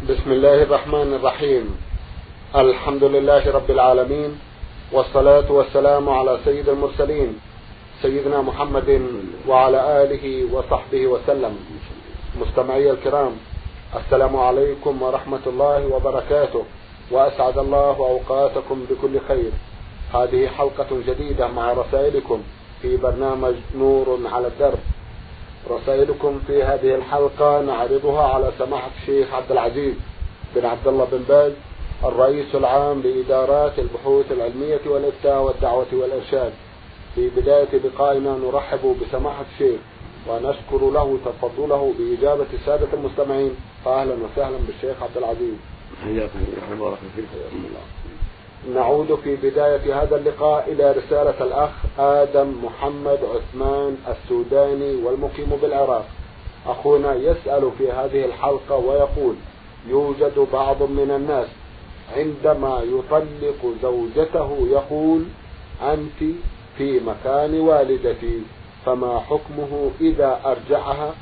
بسم الله الرحمن الرحيم. الحمد لله رب العالمين، والصلاة والسلام على سيد المرسلين سيدنا محمد وعلى آله وصحبه وسلم. مستمعي الكرام، السلام عليكم ورحمة الله وبركاته، وأسعد الله أوقاتكم بكل خير. هذه حلقة جديدة مع رسائلكم في برنامج نور على الدرب. رسائلكم في هذه الحلقة نعرضها على سماحة الشيخ عبد العزيز بن عبد الله بن باز، الرئيس العام لإدارات البحوث العلمية والإفتاء والدعوة والإرشاد. في بداية لقائنا نرحب بسماحة الشيخ ونشكر له تفضله بإجابة السادة المستمعين، فأهلا وسهلا بالشيخ عبد العزيز. حياكم الله وبارك فيكم. نعود في بداية هذا اللقاء إلى رسالة الأخ آدم محمد عثمان السوداني والمقيم بالعراق. أخونا يسأل في هذه الحلقة ويقول: يوجد بعض من الناس عندما يطلق زوجته يقول: أنت في مكان والدتي، فما حكمه إذا أرجعها؟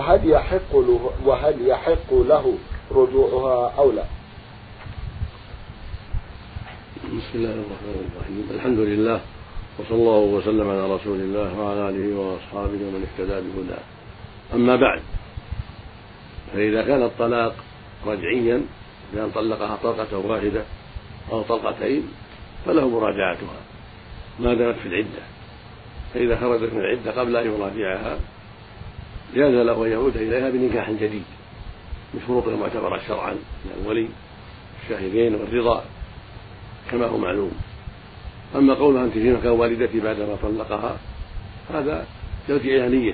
وهل يحق له رجوعها أو لا؟ بسم الله الرحمن الرحيم. الحمد لله، وصلى الله وسلم على رسول الله وعلى آله وأصحابه ومن اهتدى بهداه. أما بعد، فإذا كان الطلاق رجعيا بأن طلقها طلقة واحدة أو طلقتين فله مراجعتها ما دامت في العدة. فإذا خرجت من العدة قبل أن يراجعها جاز له أن يعود إليها بنكاح جديد بشروط معتبرة شرعا من الولي الشاهدين والرضا كما هو معلوم. أما قولها أنت في مكان والدتي بعدما طلقها هذا يرجع إلى نيته.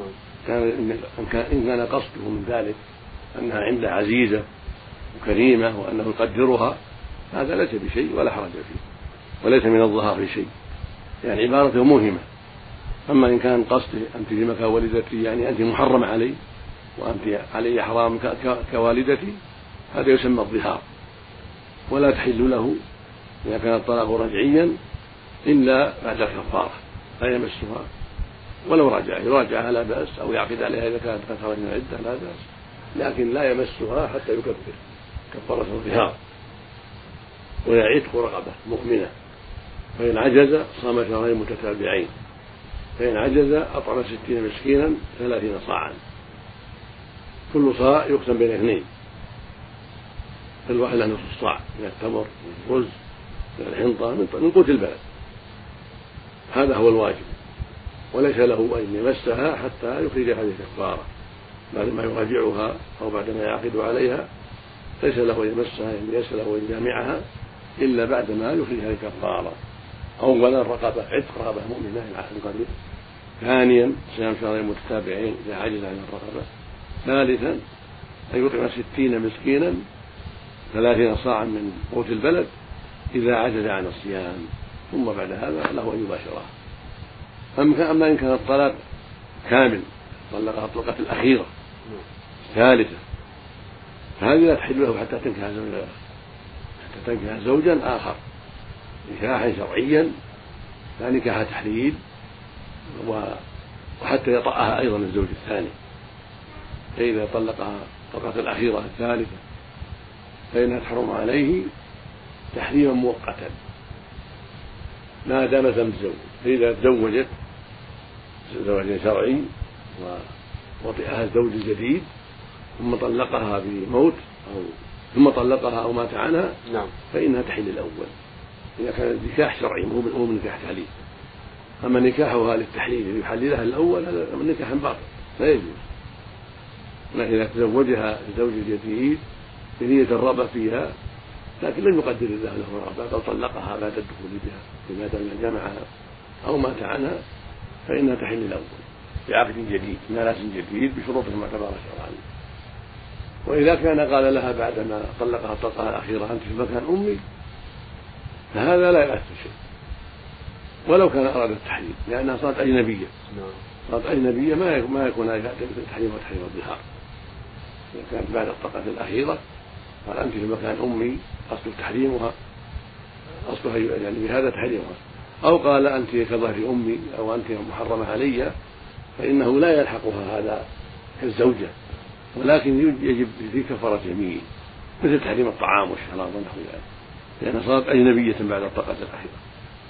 إن كان قصده من ذلك أنها عنده عزيزة وكريمة وأنه يقدرها هذا ليس بشيء ولا حرج فيه، وليس من الظهار في شيء، يعني عبارته موهمة. أما إن كان قصده أنت في مكان والدتي يعني أنت محرم علي وأنت علي حرام كوالدتي، هذا يسمى الظهار ولا تحل له إذا كان الطلاق رجعيا إلا بعد الكفارة، لا يمسها ولو يراجعها لا بأس، أو يعقد عليها إذا كانت قد خرجت من العدة لا بأس، لكن لا يمسها حتى يكفر كفارة الظهار ويعتق رقبة مؤمنة. فإن عجز صام شهرين متتابعين، فإن عجز أطعم 60 مسكينا 30 صاعا، كل صاع يقسم بين اثنين، الواحدة نصف الصاع من التمر من الرز من الحنطة من قوت البلد. هذا هو الواجب، وليس له أن يمسها حتى يخرج هذه الكفارة بعدما يراجعها أو بعدما يعقد عليها. ليس له أن يمسها، ليس له أن يجامعها إلا بعدما يخرج هذه الكفارة. أولا رقبة، عتق رقبة مؤمنة القدير. ثانيا صيام شهرين متتابعين إذا عجز عن الرقبة. ثالثا أن يطعم 60 مسكينا 30 صاعا من قوت البلد إذا عجز عن الصيام، ثم بعد هذا له أن يباشرها. أما إن كان الطلاق كامل طلقها الطلقة الأخيرة الثالثة فهذه لا تحل له حتى تنكح زوجا آخر نكاحا شرعيا لا نكاح تحليل، وحتى يطأها أيضا الزوج الثاني. فإذا طلقها الطلقة الأخيرة الثالثة فإنها تحرم عليه تحريما مؤقتا ما دام ثم الزوج. فإذا تزوجت زواج شرعي ووطئها الزوج الجديد ثم طلقها بموت ثم طلقها أو مات عنها فإنها تحل الأول إذا كان النكاح شرعي مو من نكاح تحليل. أما نكاحها للتحليل يحللها الأول هذا من نكاح باطل لا يجوز. لكن إذا تزوجها الزوج الجديد بنية الرغبة فيها لكن لم يقدر الله له الرغبة بل طلقها بعد الدخول بها بما دام جمعها أو مات عنها فإنها تحل الأول بعقد جديد ميراث جديد بشروط معتبرة شرعا. وإذا كان قال لها بعدما طلقها الطلقة الأخيرة أنت في مكان أمي فهذا لا يؤثر شيء ولو كان أراد التحليل، لأنها صارت أجنبية. صارت أجنبية ما يكون التحريم وتحريم الظهار. إذا كانت بعد الطلقة الأخيرة قال أنت في مكان أمي أصل تحريمها أصلها يعني بهذا تحريمها، أو قال أنت كظهر أمي أو أنت محرمة علي، فإنه لا يلحقها هذا كالزوجة، ولكن يجب في كفارة يمين مثل تحريم الطعام والشراب ونحو ذلك، لأنها صارت أجنبية بعد الطلقة الأخيرة.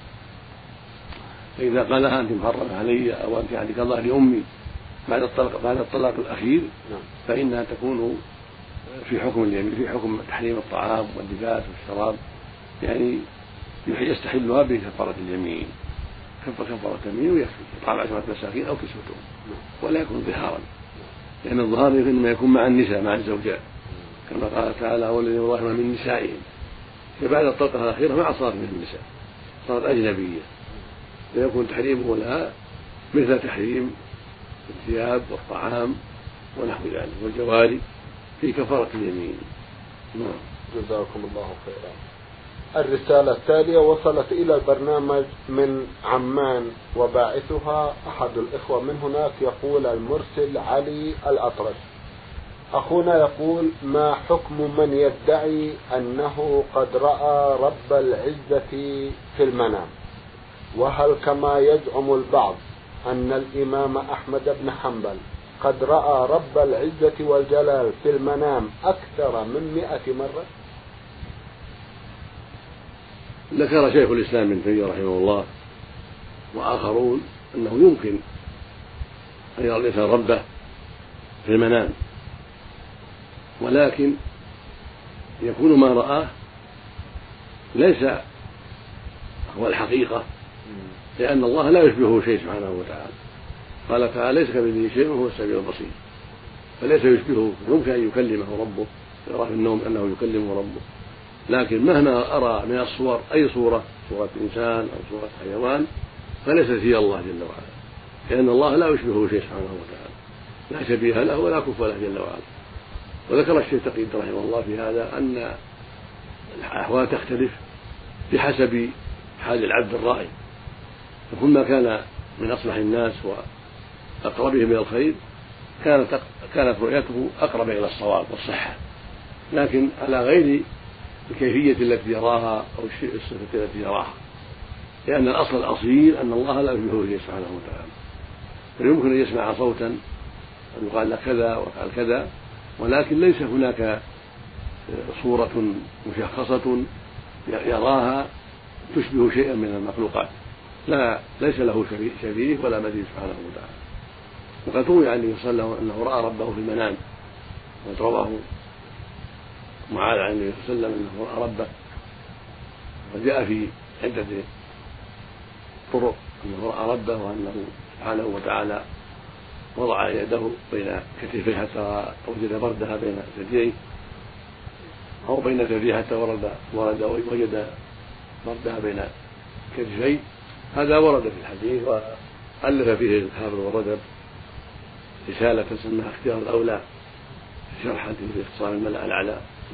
فإذا قالها أنت محرمة علي أو أنت عندك الله لأمي بعد الطلاق الأخير فإنها تكون في حكم اليمين، في حكم تحريم الطعام واللباس والشراب، يعني يستحلها بكفارة اليمين، كفارة اليمين ويكفي إطعام 10 مساكين أو كسوتهم ولا يكون ظهارا، لأن الظهار إنما يكون مع النساء مع الزوجات كما قال تعالى والذين يظاهرون من نسائهم، فبعد الطلقة الأخيرة ما صارت من النساء، صارت أجنبية، فيكون تحريمه لها مثل تحريم الثياب والطعام ونحو ذلك والجواري في كفارة اليمين. جزاكم الله خيرا. الرسالة التالية وصلت إلى البرنامج من عمان وباعثها أحد الإخوة من هناك، يقول المرسل علي الأطرش: أخونا يقول: ما حكم من يدعي أنه قد رأى رب العزة في المنام؟ وهل كما يزعم البعض أن الإمام أحمد بن حنبل قد رأى رب العزة والجلال في المنام أكثر من 100 مرة؟ ذكر شيخ الإسلام ابن تيمية رحمه الله وآخرون أنه يمكن أن يرى الإنسان ربه في المنام، ولكن يكون ما رآه ليس هو الحقيقة، لأن الله لا يشبهه شيء سبحانه وتعالى، قال تعالى ليس كمثله شيء وهو السميع البصير، فليس يشبهه، يمكن أن يكلمه ربه، يرى في النوم أنه يكلمه ربه، لكن مهما أرى من الصور أي صورة إنسان أو صورة حيوان فليست هي الله جل وعلا، لأن الله لا يشبهه شيء سبحانه وتعالى، لا شبيه له ولا كفء له جل وعلا. وذكر الشيخ تقي رحمه الله في هذا أن الأحوال تختلف بحسب حال العبد الرائي، فكل ما كان من أصلح الناس وأقربهم إلى الخير كانت رؤيته أقرب إلى الصواب والصحة، لكن على غير الكيفية التي يراها أو الصفة التي يراها، لأن الأصل الأصيل أن الله لا يشبهه شيء سبحانه وتعالى، فيمكن أن يسمع صوتا أن يقال له كذا وفعل كذا، ولكن ليس هناك صورة مشخصة يراها تشبه شيئا من المخلوقات، ليس له شبيه ولا مثيل سبحانه وتعالى. وقد روي عن النبي صلى الله عليه وسلم أنه رأى ربه في المنام، وقد رواه معاذ عن النبي صلى الله عليه وسلم أنه رأى ربه، وجاء في عدة طرق أنه رأى ربه وأنه سبحانه وتعالى وضع يده بين كتفيه حتى وجد بردها بين ثدييه، أو بين ثدييه حتى وجد بردها بين كتفيه. هذا ورد في الحديث، وألف فيه الحافظ والرجب رسالة تسمى اختيار الأولى في شرح في اختصار الملأ الأعلى.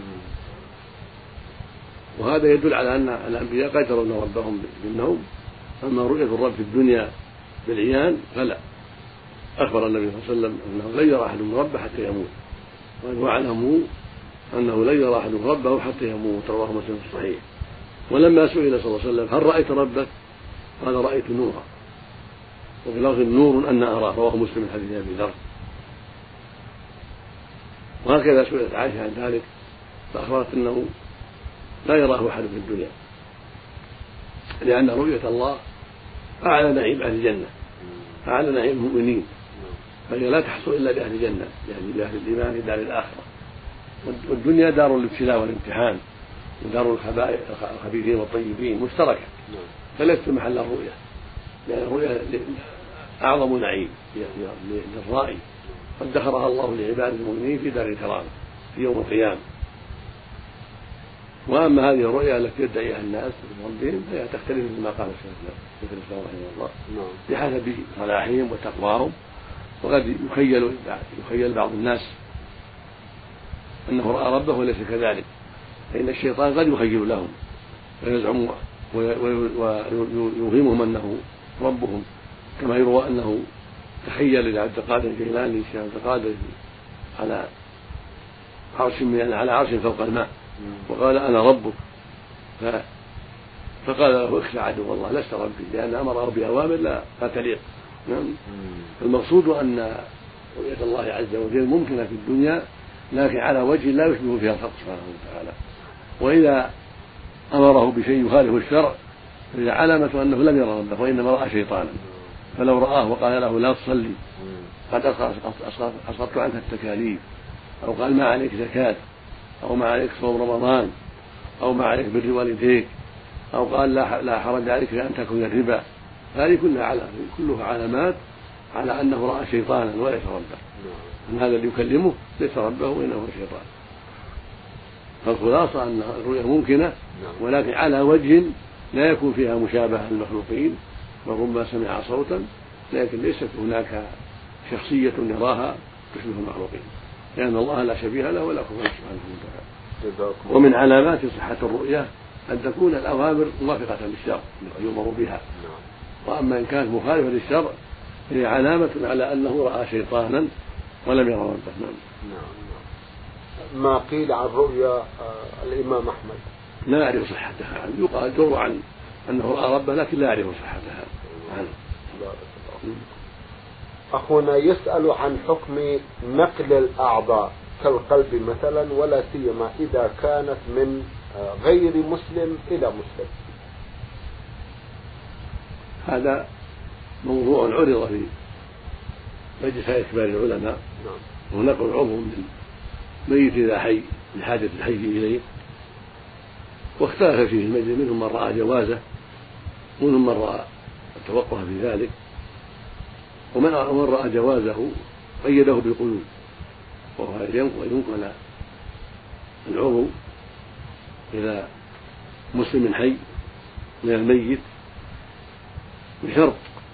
وهذا يدل على أن الأنبياء قد يرون ربهم بالنوم، أما رؤية الرب في الدنيا بالعيان فلا. أخبر النبي صلى الله عليه وسلم أنه لن يرى أحد ربه حتى يموت، واعلموا أنه لن يرى أحد ربه حتى يموت، رواه مسلم في الصحيح. ولما سئل صلى الله عليه وسلم هل رأيت ربك؟ قال رأيت نورا، وفي لفظ نور أن أراه، رواه مسلم من حديث أبي ذر. وهكذا سئلت عائشة عن ذلك فأخبرت أنه لا يراه أحد في الدنيا، لأن رؤية الله أعلى نعيم أهل الجنة، أعلى نعيم المؤمنين، فهي لا تحصل إلا بأهل الجنة، يعني بأهل الإيمان في دار الآخرة. والدنيا دار الابتلاء والامتحان، ودار الخبيثين والطيبين مشتركة، فليست محل الرؤية، لأن الرؤية أعظم نعيم للرائي، قد ذكرها الله لعباد المؤمنين في دار الكرامة في يوم القيامة. وأما هذه الرؤيا التي يدعيها الناس من ربهم فهي تختلف مما قال شيخ الإسلام رحمه الله بحسب صلاحهم وتقواهم. وقد يخيل بعض الناس أنه رأى ربه وليس كذلك، فإن الشيطان قد يخيل لهم ويزعم ويوهمهم أنه ربهم، كما يروى أنه تخيل لعبد القادر الجيلاني الشيخ عبد القادر على عرش فوق الماء، وقال أنا ربك، فقال له اخشى عدو الله لست ربي، لأن أمره بأوامر لا تليق. المقصود أن رؤية الله عز وجل ممكنة في الدنيا لكن على وجه لا يشبه فيها الخلق سبحانه وتعالى. وإذا أمره بشيء يخالف الشرع فهي علامة أنه لم يرى ربه وإنما رأى شيطانا. فلو رآه وقال له لا تصلي قد أسقطت عنك التكاليف، أو قال ما عليك زكاة، أو ما عليك صوم رمضان، أو ما عليك بر والديك، أو قال لا حرج عليك أن تأكل الربا، هذه كلها علامات على أنه رأى شيطانا وليس ربه. أن هذا اللي يكلمه ليس ربه وإنه شيطان. فالخلاصة أن الرؤيا ممكنة، ولكن على وجه لا يكون فيها مشابهة للمخلوقين، وربما سمع صوتا لكن ليست هناك شخصية يراها تشبه المخلوقين، لأن الله لا شبيه له ولا كفر سبحانه وتعالى. ومن علامات صحة الرؤيا أن تكون الأوامر موافقة للشرع التي يؤمر بها، وأما إن كانت مخالفة للشرع هي علامة على أنه رأى شيطانا ولم يرى ربه. ما قيل عن رؤيا الإمام أحمد لا يعرف صحتها، يقال جر عن أنه رأى ربه لكن لا يعرف صحتها. أخونا يسأل عن حكم نقل الأعضاء كالقلب مثلا، ولا سيما إذا كانت من غير مسلم إلى مسلم. هذا موضوع عرض في مجلس كبار العلماء، ونقل عضو من ميت إلى حي لحاجة الحي إليه، واختلف فيه المجلس، منهم من رأى جوازه ومنهم من رأى التوقف في ذلك، ومن رأى جوازه قيده بقيود، وهو أن ينقل العضو إلى مسلم حي من الميت بشرط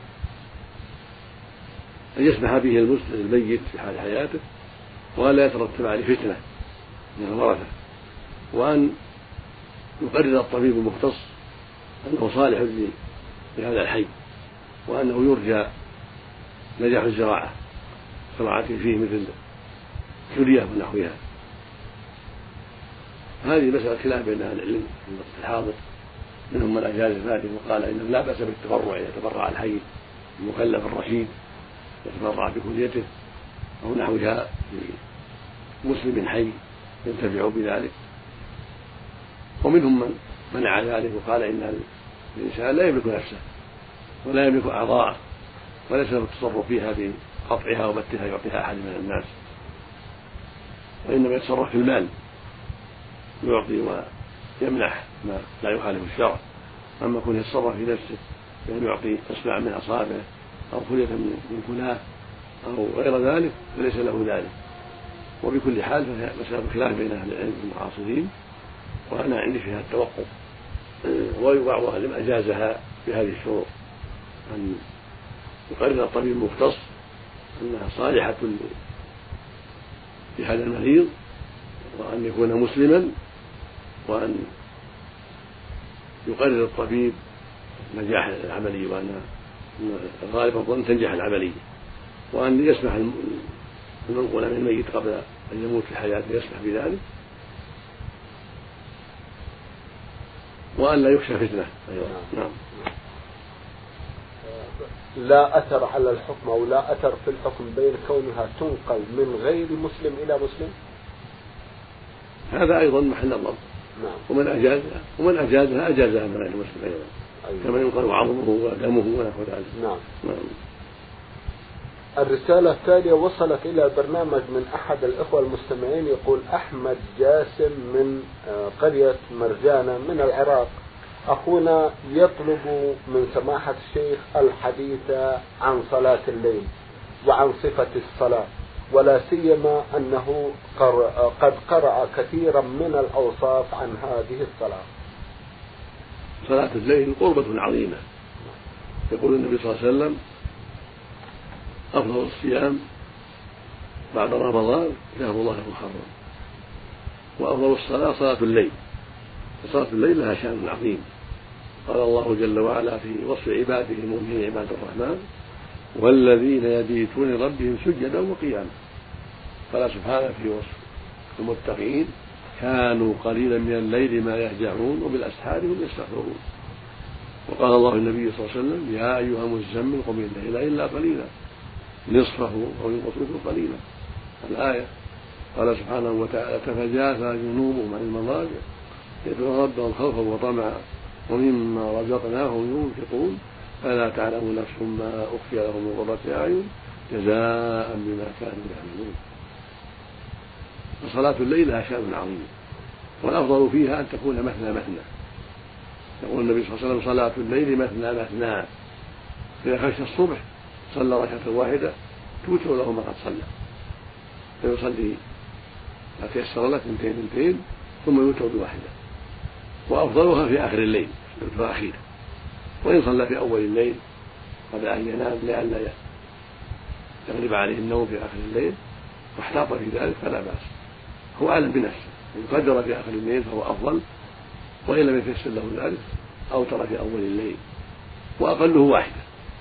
أن يسمح به الميت في حال حياته، ولا يترتب عليه فتنة من الورثة، وأن يقرر الطبيب المختص أنه صالح لهذا الحي، وأنه يرجى نجاح الزراعة فيه مثل سوريا ونحوها. هذه مسألة خلاف بين أهل العلم في الوقت الحاضر، منهم من أجاز ذلك وقال إنه لا بأس بالتبرع، يتبرع الحي المكلف الرشيد يتبرع بكليته أو نحوها لمسلم حي ينتفع بذلك، ومنهم من منع ذلك وقال إن الإنسان لا يملك نفسه ولا يملك أعضاءه، وليس له التصرف فيها بقطعها وبتها يعطيها أحد من الناس، وإنما يتصرف في المال، يعطي ويمنح ما لا يخالف الشرع. أما كونه يتصرف في نفسه بأن يعطي أصبع من أصابعه أو خلية من كلاه أو غير ذلك فليس له ذلك. وبكل حال فهي مسألة خلاف بين أهل العلم المعاصرين، وأنا عندي فيها التوقف، وبعض أهل العلم أجازها بهذه الشروط، أن يقرر الطبيب المختص أنها صالحة لهذا المريض، وأن يكون مسلما، وأن يقرر الطبيب نجاح العملية، وأن غالب الظن تنجح العملية، وأن يسمح المنقول من الميت قبل أن يموت في حياته يسمح بذلك، وأن لا يخشى فتنة. نعم. لا أثر على الحكم أو لا أثر في الحكم بين كونها تنقل من غير مسلم إلى مسلم، هذا أيضا محل الضبط. نعم. ومن أجازها أجازها من غير مسلم أيضا، كما ينقل عظمه ودمه ونحو ذلك. نعم. الرسالة التالية وصلت إلى البرنامج من أحد الإخوة المستمعين، يقول أحمد جاسم من قرية مرجانة من العراق. أخونا يطلب من سماحة الشيخ الحديث عن صلاة الليل وعن صفة الصلاة، ولا سيما أنه قد قرأ كثيرا من الأوصاف عن هذه الصلاة. صلاة الليل قربة عظيمة، يقول النبي صلى الله عليه وسلم أفضل الصيام بعد رمضان شهر الله المحرم، وأفضل الصلاة صلاة الليل، وصلاة الليل لها شأن عظيم. قال الله جل وعلا في وصف عباده المؤمنين عباد الرحمن والذين يبيتون لربهم سجدا وقياما، قال سبحانه في وصف المتقين كانوا قليلا من الليل ما يهجعون وبالأسحار هم يستغفرون. وقال الله النبي صلى الله عليه وسلم يا أيها المزمل قم الليل إلا قليلا نصفه أو ينقص منه قليلا، الآية. قال سبحانه وتعالى تتجافى جنوبهم عن المضاجع يدعون ربهم خوفا وطمعا ومما رزقناهم ينفقون فلا تعلم نفس ما أخفي لهم من قرة أعين جزاء بما كانوا يعملون. فصلاة الليل لها شأن عظيم، والأفضل فيها أن تكون مثنى مثنى. يقول النبي صلى الله عليه وسلم صلاة الليل مثنى مثنى، إذا خشى الصبح صلى ركعة واحدة توتر له ما قد صلى، فيصلي ما تيسر له اثنتين ثم يوتر بواحدة، وأفضلها في آخر الليل في الأخير. وإن صلى في أول الليل قبل أن ينام لئلا يغلب عليه النوم في آخر الليل واحتاط في ذلك فلا بأس، هو أعلم بنفسه. إن قدر في آخر الليل فهو أفضل، وإن لم يتيسر له ذلك أوتر في أول الليل، وأقله واحدة،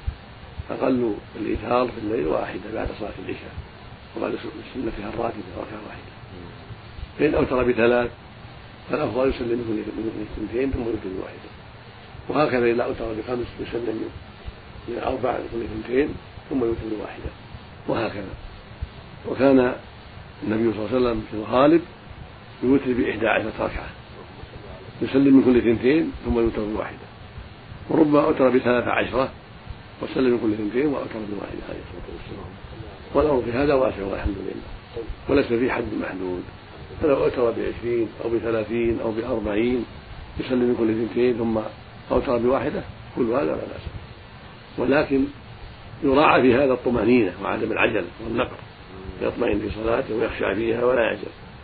أقل الإيثار في الليل واحدة بعد صلاة العشاء وبعد سنتها الراتبة ركعة واحدة. فإن أوتر بثلاث فالأفضل يسلم من اثنتين ثم يوتر بواحدة، وهكذا إذا أوتر بخمس يسلم من أربع يكون اثنتين ثم يوتر بواحدة، وهكذا. وكان النبي صلى الله عليه وسلم في الغالب يوتر ب11 ركعة، يسلم من كل اثنتين ثم يوتر بواحدة، وربما أوتر ب13 وسلم من كل اثنتين وأوتر بواحدة عليه الصلاة والسلام. والأمر في هذا واسع والحمد لله، وليس في حد محدود، فلو أوتر ب20 أو ب30 أو ب40 يسلم من كل اثنتين ثم أوتر بواحدة كل هذا لا بأس، ولكن يراعى في هذا الطمأنينة وعدم العجل والنقر، يطمئن في صلاته ويخشع فيها ولا يعجل.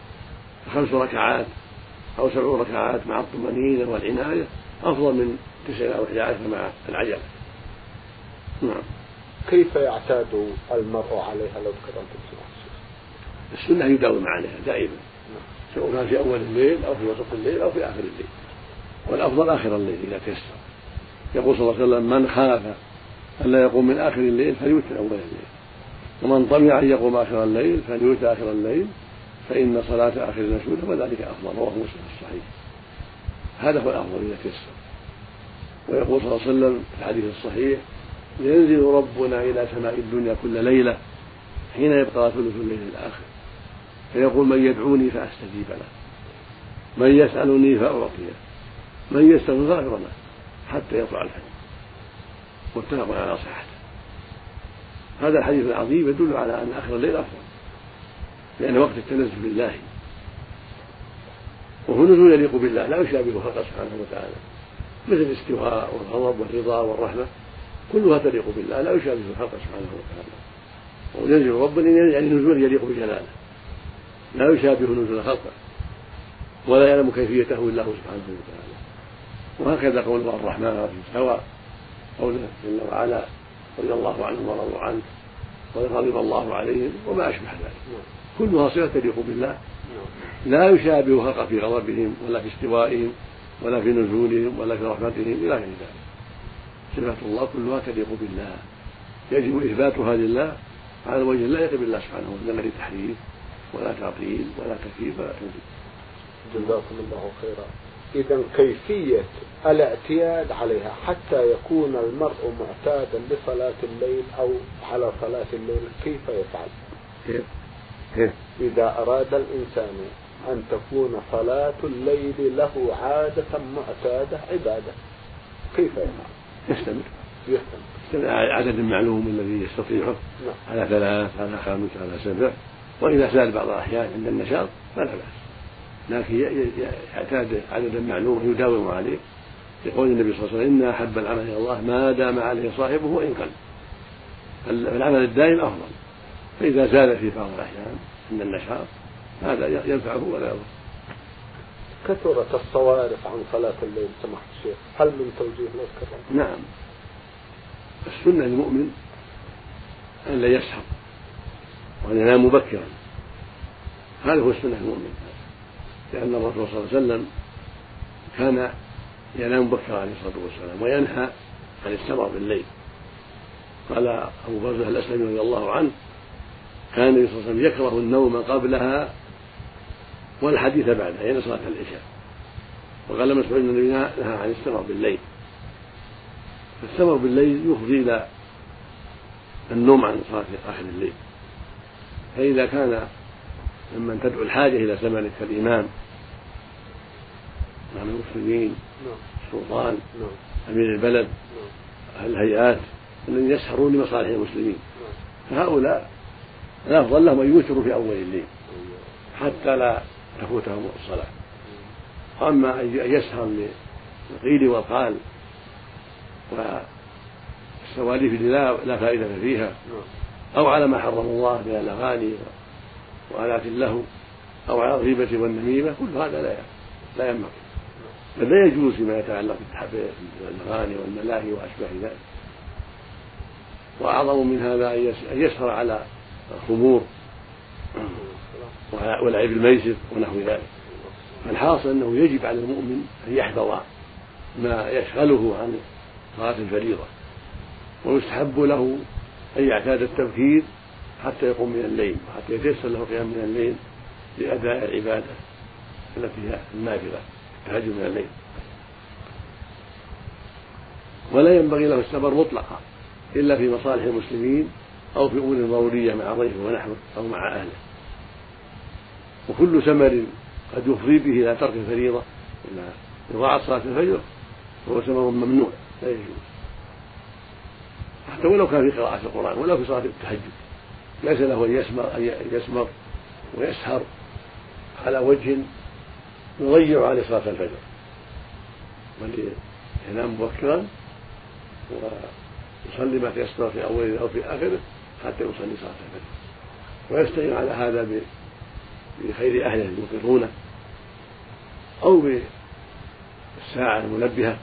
5 ركعات أو 7 ركعات مع الطمأنينة والعناية أفضل من 9 أو 11 مع العجلة. نعم. كيف يعتاد المرء عليها لو تكرمت السنة يداوم عليها دائما، سواء كان في أول الليل أو في وسط الليل أو في آخر الليل، والأفضل آخر الليل إذا تيسر. يقول صلى الله عليه وسلم من خاف أن لا يقوم من آخر الليل فليوتر أول الليل، ومن طمع أن يقوم آخر الليل فليوتر آخر الليل، فإن صلاة آخر المشهودة وذلك أفضل. رواه مسلم الصحيح. هذا هو الأفضل إذا تيسر. ويقول صلى الله عليه وسلم في الحديث الصحيح ينزل ربنا إلى سماء الدنيا كل ليلة حين يبقى ثلث الليل الآخر فيقول من يدعوني فأستجيب له، من يسألني فأعطيه، من يستغفر فأغفر له حتى يطلع الفجر. متفق على صحته. هذا الحديث العظيم يدل على أن آخر الليل أفضل، لأن وقت التنزل لله، وهو نزول يليق بالله لا يشابه خلقه سبحانه وتعالى، مثل الاستواء والغضب والرضا والرحمة كلها تليق بالله لا يشابه خلقه سبحانه وتعالى. وينزل ربنا يعني نزول يليق بجلاله لا يشابه نزول خلقه، ولا يعلم كيفيته إلا هو سبحانه وتعالى. وهكذا قوله الرحمن الرحيم سواء، قوله جل وعلا رضي الله عنهم ورضوا عنه وغضب الله عليهم وما أشبه ذلك، كلها صفة تليق بالله لا يشابه خلقه في غضبهم ولا في استوائهم ولا في نزولهم ولا في رحمتهم إلى غير ذلك. صفات الله كلها تليق بالله، يجب إثباتها لله على وجه لا يليق بالله سبحانه وتعالى، لا تحريف ولا تعطيل ولا تكييف ولا تنزيل. جزاكم الله خيرا. إذا كيفية الاعتياد عليها حتى يكون المرء معتادا لصلاة الليل أو على صلاة الليل كيف يفعل؟ إذا أراد الإنسان أن تكون صلاة الليل له عادة معتادة عبادة كيف يفعل؟ يستمر على عدد معلوم الذي يستطيعه، على 3 على 5 على 7، وإذا زاد بعض الأحيان عند النشاط فلا بأس، لكن يعتاد عددا معلوما يداوم عليه، يقول النبي صلى الله عليه وسلم إن أحب العمل إلى الله ما دام عليه صاحبه وإن قل، فالعمل الدائم أفضل، فإذا زاد في بعض الأحيان عند النشاط هذا ينفعه ولا يضر. كثرة الصوارف عن صلاة الليل سماحة الشيخ، هل من توجيه للكرم؟ نعم، السنة للمؤمن أن لا يسهر وأن ينام مبكرا، هذا هو السنة للمؤمن، لأن الرسول صلى الله عليه وسلم كان ينام مبكرا عليه الصلاة والسلام وينهى عن السمر بالليل. قال أبو برزة الأسلمي رضي الله عنه كان النبي صلى الله عليه وسلم يكره النوم قبلها والحديث بعدها يعني صلاة العشاء، وقال مسعود أن النبي نهى عن السمر بالليل. فالسمر بالليل يفضي إلى النوم عن صلاة آخر الليل، فإذا كان ممن تدعو الحاجة إلى زمنه كالإمام إمام المسلمين، السلطان، أمير البلد، الهيئات الذين يسهرون لمصالح المسلمين، فهؤلاء الأفضل لهم أن يوتروا في أول الليل حتى لا تفوتهم الصلاة. أما أن يسهر للقيل والقال والسواليف التي لا فائدة فيها، أو على ما حرم الله من الأغاني وآلات اللهو، أو على الغيبة والنميمة، كل هذا لا ينبغي، بل لا يجوز فيما يتعلق بالأغاني والملاهي وأشباه ذلك. وأعظم من هذا أن يسهر على الخمور ولعب الميسر ونحو ذلك. فالحاصل أنه يجب على المؤمن أن يحذر ما يشغله عن صلاة الفريضة، ويستحب له أن يعتاد التبكير حتى يقوم من الليل، وحتى يتيسر له القيام من الليل لأداء العبادة التي هي النافلة التهجد من الليل. ولا ينبغي له السفر مطلقا إلا في مصالح المسلمين أو في أمور ضرورية مع ضيفه ونحوه أو مع أهله. وكل سمر قد يفضي به إلى ترك الفريضة إلى إضاعة صلاة الفجر فهو سمر ممنوع لا يجوز، حتى ولو كان في قراءة القرآن ولو في صلاة التهجد ليس له أن يسمر ويسهر على وجه يضيع عليه صلاة الفجر، بل ينام مبكرا ويصلي ما تيسر في أوله أو في آخره حتى يصلي صلاة الفجر، ويستعين على هذا بخير أهله يوقظونه أو بالساعة المنبهة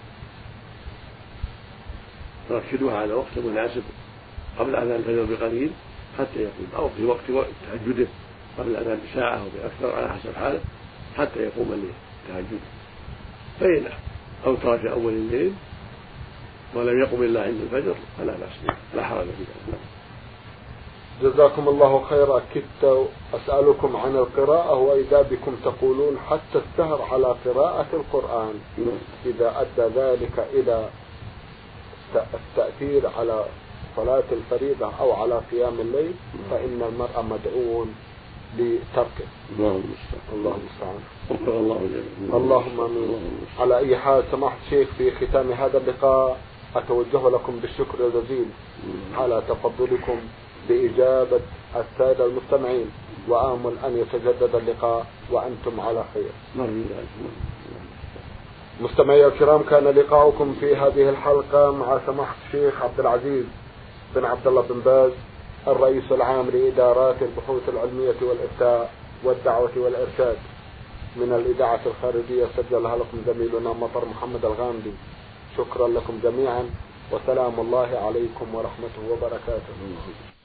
يركدوها على وقت مناسب قبل أذان الفجر بقليل حتى يقوم، أو في وقت تهجده قبل أذان بساعة أو بأكثر على حسب حاله حتى يقوم لتهجده. فإن أوتر في أول الليل ولم يقم إلا عند الفجر فلا بأس به، لا حرج في ذلك. جزاكم الله خيرا. كدت أسألكم عن القراءة، وإذا بكم تقولون حتى السهر على قراءة القرآن إذا أدى ذلك إلى التأثير على صلاة الفريضة أو على قيام الليل فإن المرء مدعو لتركه. الله المستعان. اللهم آمين. على أي حال سماحة الشيخ، في ختام هذا اللقاء أتوجه لكم بالشكر الجزيل على تفضلكم بإجابة السادة المستمعين، وآمل أن يتجدد اللقاء وأنتم على خير. مستمعي الكرام، كان لقاؤكم في هذه الحلقة مع سماحة الشيخ عبد العزيز بن عبد الله بن باز، الرئيس العام لإدارات البحوث العلمية والإفتاء والدعوة والإرشاد، من الإذاعة الخارجية سجلها لكم زميلنا مطر محمد الغامدي. شكرا لكم جميعا، وسلام الله عليكم ورحمته وبركاته.